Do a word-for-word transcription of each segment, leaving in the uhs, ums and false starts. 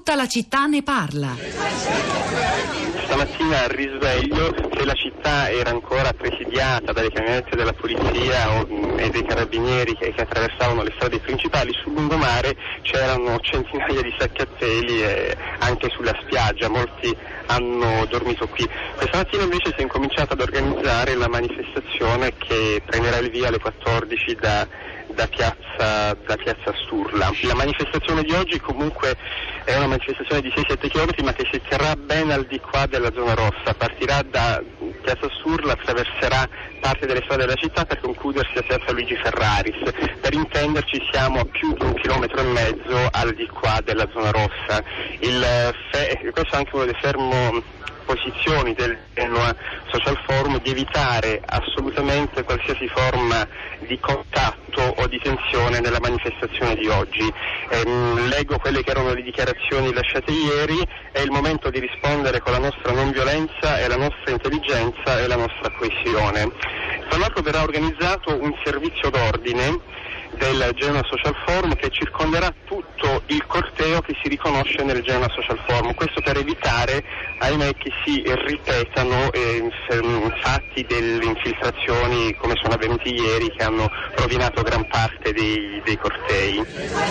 Tutta la città ne parla. Stamattina al risveglio, se la città era ancora presidiata dalle camionette della polizia o, e dei carabinieri che, che attraversavano le strade principali, sul lungomare c'erano centinaia di sacchi a peli e anche sulla spiaggia, molti hanno dormito qui. Questa mattina invece si è incominciata ad organizzare la manifestazione che prenderà il via alle quattordici da, da, piazza, da piazza Sturla. La manifestazione di oggi comunque è una manifestazione di sei sette chilometri, ma che si terrà ben al di qua della zona rossa. Partirà da piazza Sturla, attraverserà parte delle strade della città per concludersi a piazza Luigi Ferraris. Per intenderci siamo a più di un chilometro e mezzo al di qua della zona rossa. Il fe- questo è anche uno dei fermo posizioni del Genoa Social Forum, di evitare assolutamente qualsiasi forma di contatto o di tensione nella manifestazione di oggi. Ehm, leggo quelle che erano le dichiarazioni lasciate ieri. È il momento di rispondere con la nostra non violenza e la nostra intelligenza e la nostra coesione. Tra l'altro verrà organizzato un servizio d'ordine del Genoa Social Forum che circonderà tutto il corteo che si riconosce nel Genoa Social Forum, questo per evitare, ahimè, che si ripetano eh, fatti delle infiltrazioni come sono avvenuti ieri, che hanno rovinato gran parte dei, dei cortei.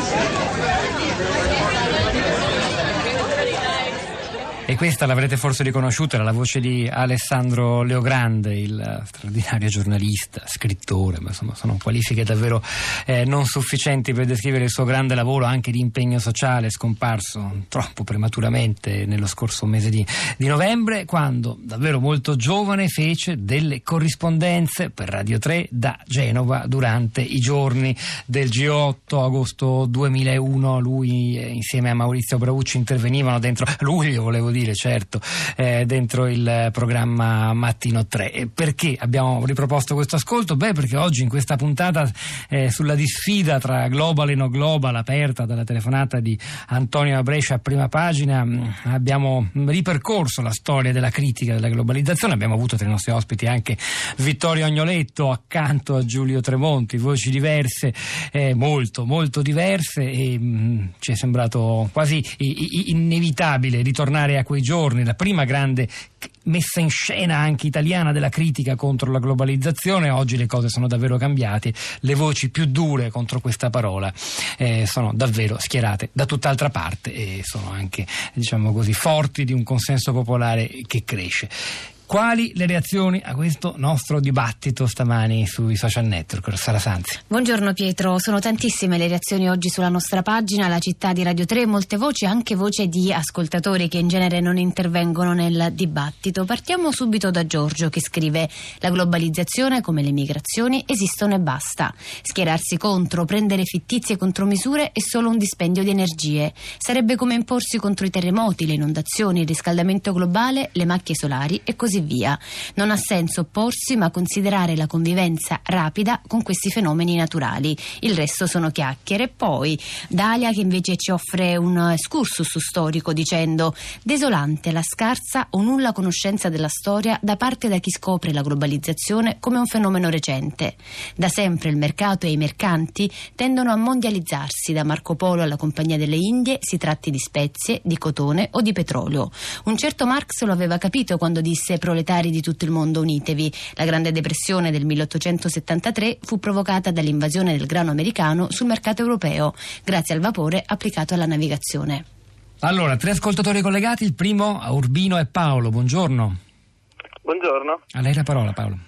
E questa l'avrete forse riconosciuta, era la voce di Alessandro Leogrande, il straordinario giornalista, scrittore, ma insomma sono qualifiche davvero eh, non sufficienti per descrivere il suo grande lavoro anche di impegno sociale, scomparso troppo prematuramente nello scorso mese di, di novembre, quando davvero molto giovane fece delle corrispondenze per Radio tre da Genova durante i giorni del G otto, agosto duemilauno. Lui eh, insieme a Maurizio Braucci intervenivano dentro, luglio volevo dire, dire certo eh, dentro il programma Mattino tre. E perché abbiamo riproposto questo ascolto? Beh, perché oggi in questa puntata eh, sulla diffida tra global e no global, aperta dalla telefonata di Antonio Brescia a Prima Pagina, mh, abbiamo ripercorso la storia della critica della globalizzazione. Abbiamo avuto tra i nostri ospiti anche Vittorio Agnoletto accanto a Giulio Tremonti, voci diverse, eh, molto molto diverse, e mh, ci è sembrato quasi i- i- inevitabile ritornare a quei giorni, la prima grande messa in scena anche italiana della critica contro la globalizzazione. Oggi le cose sono davvero cambiate, le voci più dure contro questa parola eh, sono davvero schierate da tutt'altra parte e sono anche, diciamo così, forti di un consenso popolare che cresce. Quali le reazioni a questo nostro dibattito stamani sui social network? Sara Sanzi. Buongiorno Pietro, sono tantissime le reazioni oggi sulla nostra pagina, la città di Radio tre, molte voci, anche voci di ascoltatori che in genere non intervengono nel dibattito. Partiamo subito da Giorgio che scrive: la globalizzazione, come le migrazioni, esistono e basta. Schierarsi contro, prendere fittizie contromisure è solo un dispendio di energie. Sarebbe come imporsi contro i terremoti, le inondazioni, il riscaldamento globale, le macchie solari e così via. Non ha senso opporsi, ma considerare la convivenza rapida con questi fenomeni naturali. Il resto sono chiacchiere. Poi Dalia che invece ci offre un excursus storico dicendo: desolante la scarsa o nulla conoscenza della storia da parte da chi scopre la globalizzazione come un fenomeno recente. Da sempre il mercato e i mercanti tendono a mondializzarsi, da Marco Polo alla Compagnia delle Indie, si tratti di spezie, di cotone o di petrolio. Un certo Marx lo aveva capito quando disse: proletari di tutto il mondo, unitevi. La Grande Depressione del milleottocentosettantatré fu provocata dall'invasione del grano americano sul mercato europeo, grazie al vapore applicato alla navigazione. Allora, tre ascoltatori collegati, il primo a Urbino e Paolo. Buongiorno. Buongiorno. A lei la parola, Paolo.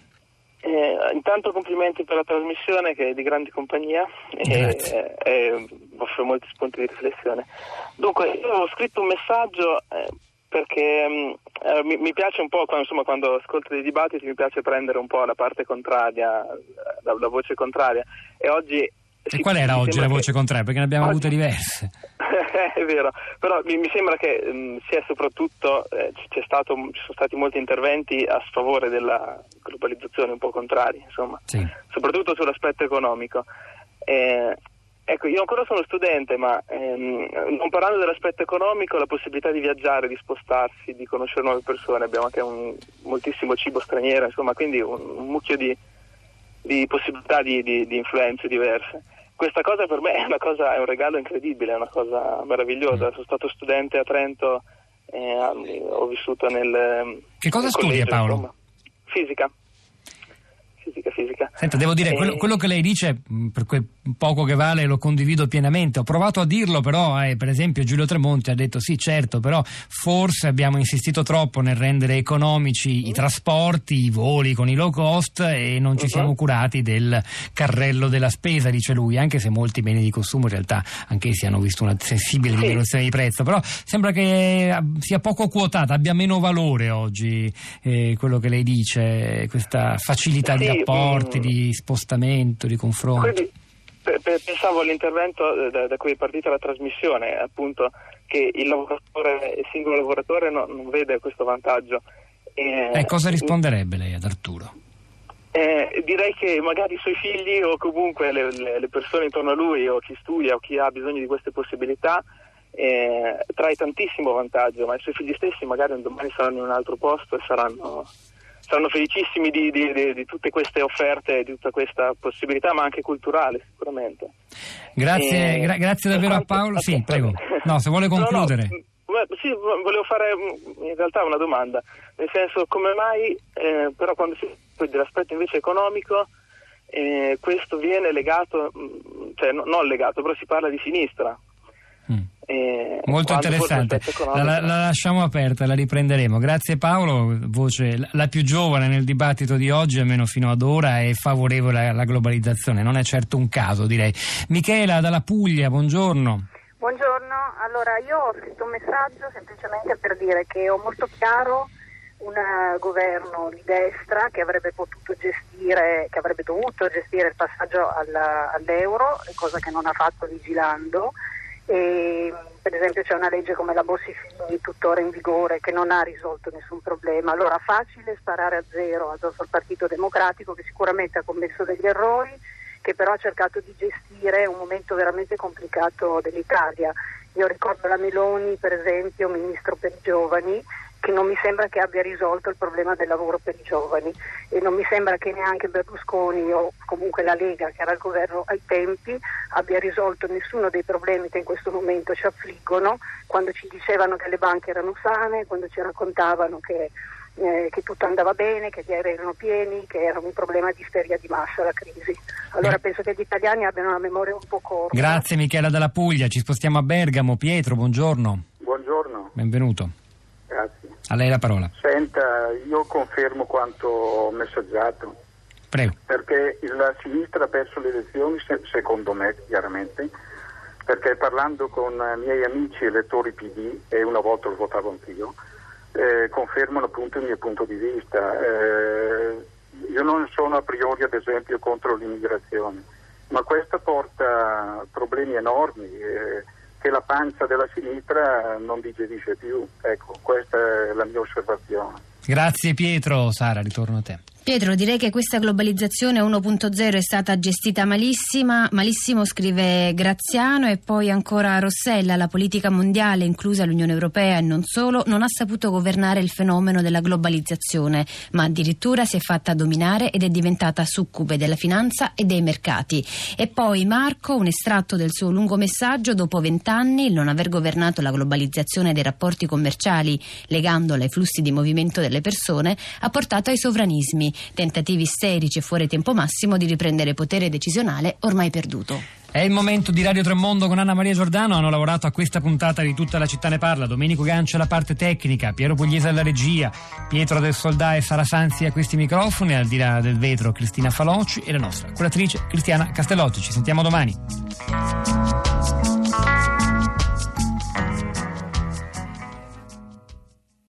Eh, intanto complimenti per la trasmissione, che è di grande compagnia e, e, e offre molti spunti di riflessione. Dunque, io ho scritto un messaggio eh, perché eh, mi, mi piace un po', quando, insomma, quando ascolto dei dibattiti mi piace prendere un po' la parte contraria, la, la voce contraria, e oggi... E sì, qual era oggi la che... voce contraria? Perché ne abbiamo oggi... avute diverse. È vero, però mi, mi sembra che mh, sia soprattutto eh, c'è stato, ci sono stati molti interventi a sfavore della globalizzazione un po' contrari, insomma, sì. Soprattutto sull'aspetto economico. Eh, ecco, io ancora sono studente, ma ehm, non parlando dell'aspetto economico, la possibilità di viaggiare, di spostarsi, di conoscere nuove persone, abbiamo anche un moltissimo cibo straniero, insomma, quindi un, un mucchio di, di possibilità di, di, di influenze diverse. questa cosa per me è una cosa, è un regalo incredibile, è una cosa meravigliosa. Sono stato studente a Trento, eh, ho vissuto nel Che cosa nel studi, collegio, Paolo? Insomma. Fisica. Fisica, fisica. Senta, devo dire, E... quello, quello che lei dice, per quel poco che vale, lo condivido pienamente. Ho provato a dirlo, però, eh, per esempio, Giulio Tremonti ha detto sì, certo, però forse abbiamo insistito troppo nel rendere economici i trasporti, i voli con i low cost e non ci siamo curati del carrello della spesa, dice lui, anche se molti beni di consumo in realtà anch'essi hanno visto una sensibile diminuzione di prezzo, però sembra che sia poco quotata, abbia meno valore oggi eh, quello che lei dice, questa facilità sì, di rapporti, mh. di spostamento, di confronto. Quindi, pe- pe- pensavo all'intervento da, da cui è partita la trasmissione, appunto, che il lavoratore, il singolo lavoratore no, non vede questo vantaggio. E, eh, cosa risponderebbe lei ad Arturo? Eh, direi che magari i suoi figli o comunque le, le, le persone intorno a lui o chi studia o chi ha bisogno di queste possibilità eh, trae tantissimo vantaggio, ma i suoi figli stessi magari un domani saranno in un altro posto e saranno... saranno felicissimi di, di, di, di tutte queste offerte, di tutta questa possibilità, ma anche culturale sicuramente. Grazie, e... gra- grazie davvero a Paolo. Sì, prego. No, se vuole concludere. No, no, sì, volevo fare in realtà una domanda, nel senso, come mai eh, però quando si parla dell'aspetto invece economico eh, questo viene legato, cioè no, non legato, però si parla di sinistra. Mm. Eh, Molto interessante, la, la, la lasciamo aperta, la riprenderemo. Grazie Paolo, voce la più giovane nel dibattito di oggi, almeno fino ad ora, è favorevole alla globalizzazione, non è certo un caso, direi. Michela dalla Puglia, buongiorno. Buongiorno, allora io ho scritto un messaggio semplicemente per dire che ho molto chiaro un governo di destra che avrebbe potuto gestire, che avrebbe dovuto gestire il passaggio alla, all'euro, cosa che non ha fatto vigilando. E, per esempio c'è una legge come la Bossi-Fini tuttora in vigore che non ha risolto nessun problema. Allora facile sparare a zero addosso al Partito Democratico, che sicuramente ha commesso degli errori, che però ha cercato di gestire un momento veramente complicato dell'Italia. Io ricordo la Meloni, per esempio, ministro per i giovani, che non mi sembra che abbia risolto il problema del lavoro per i giovani, e non mi sembra che neanche Berlusconi o comunque la Lega, che era il governo ai tempi, abbia risolto nessuno dei problemi che in questo momento ci affliggono, quando ci dicevano che le banche erano sane, quando ci raccontavano che, eh, che tutto andava bene, che gli aerei erano pieni, che era un problema di isteria di massa la crisi. Allora eh. penso che gli italiani abbiano una memoria un po' corta. Grazie Michela dalla Puglia, ci spostiamo a Bergamo. Pietro, buongiorno. Buongiorno. Benvenuto. Grazie. A lei la parola. Senta, io confermo quanto ho messaggiato. Prego. Perché la sinistra ha perso le elezioni, secondo me, chiaramente, perché parlando con i miei amici elettori P D, e una volta lo votavo anch'io, eh, confermano appunto il mio punto di vista. Eh, io non sono a priori, ad esempio, contro l'immigrazione, ma questa porta problemi enormi, eh, che la pancia della sinistra non digerisce più. Ecco, questa è la mia osservazione. Grazie Pietro. Sara, ritorno a te. Pietro, direi che questa globalizzazione uno punto zero è stata gestita malissima, malissimo, scrive Graziano, e poi ancora Rossella: la politica mondiale, inclusa l'Unione Europea e non solo, non ha saputo governare il fenomeno della globalizzazione, ma addirittura si è fatta dominare ed è diventata succube della finanza e dei mercati. E poi Marco, un estratto del suo lungo messaggio: dopo vent'anni il non aver governato la globalizzazione dei rapporti commerciali, legandola ai flussi di movimento delle persone, ha portato ai sovranismi, tentativi isterici e fuori tempo massimo di riprendere potere decisionale ormai perduto. È il momento di Radio Tremondo con Anna Maria Giordano. Hanno lavorato a questa puntata di Tutta la città ne parla: Domenico Gancia alla parte tecnica, Piero Pugliese alla regia, Pietro del Soldà e Sara Sanzi a questi microfoni, al di là del vetro Cristina Faloci e la nostra curatrice Cristiana Castellotti. Ci sentiamo domani.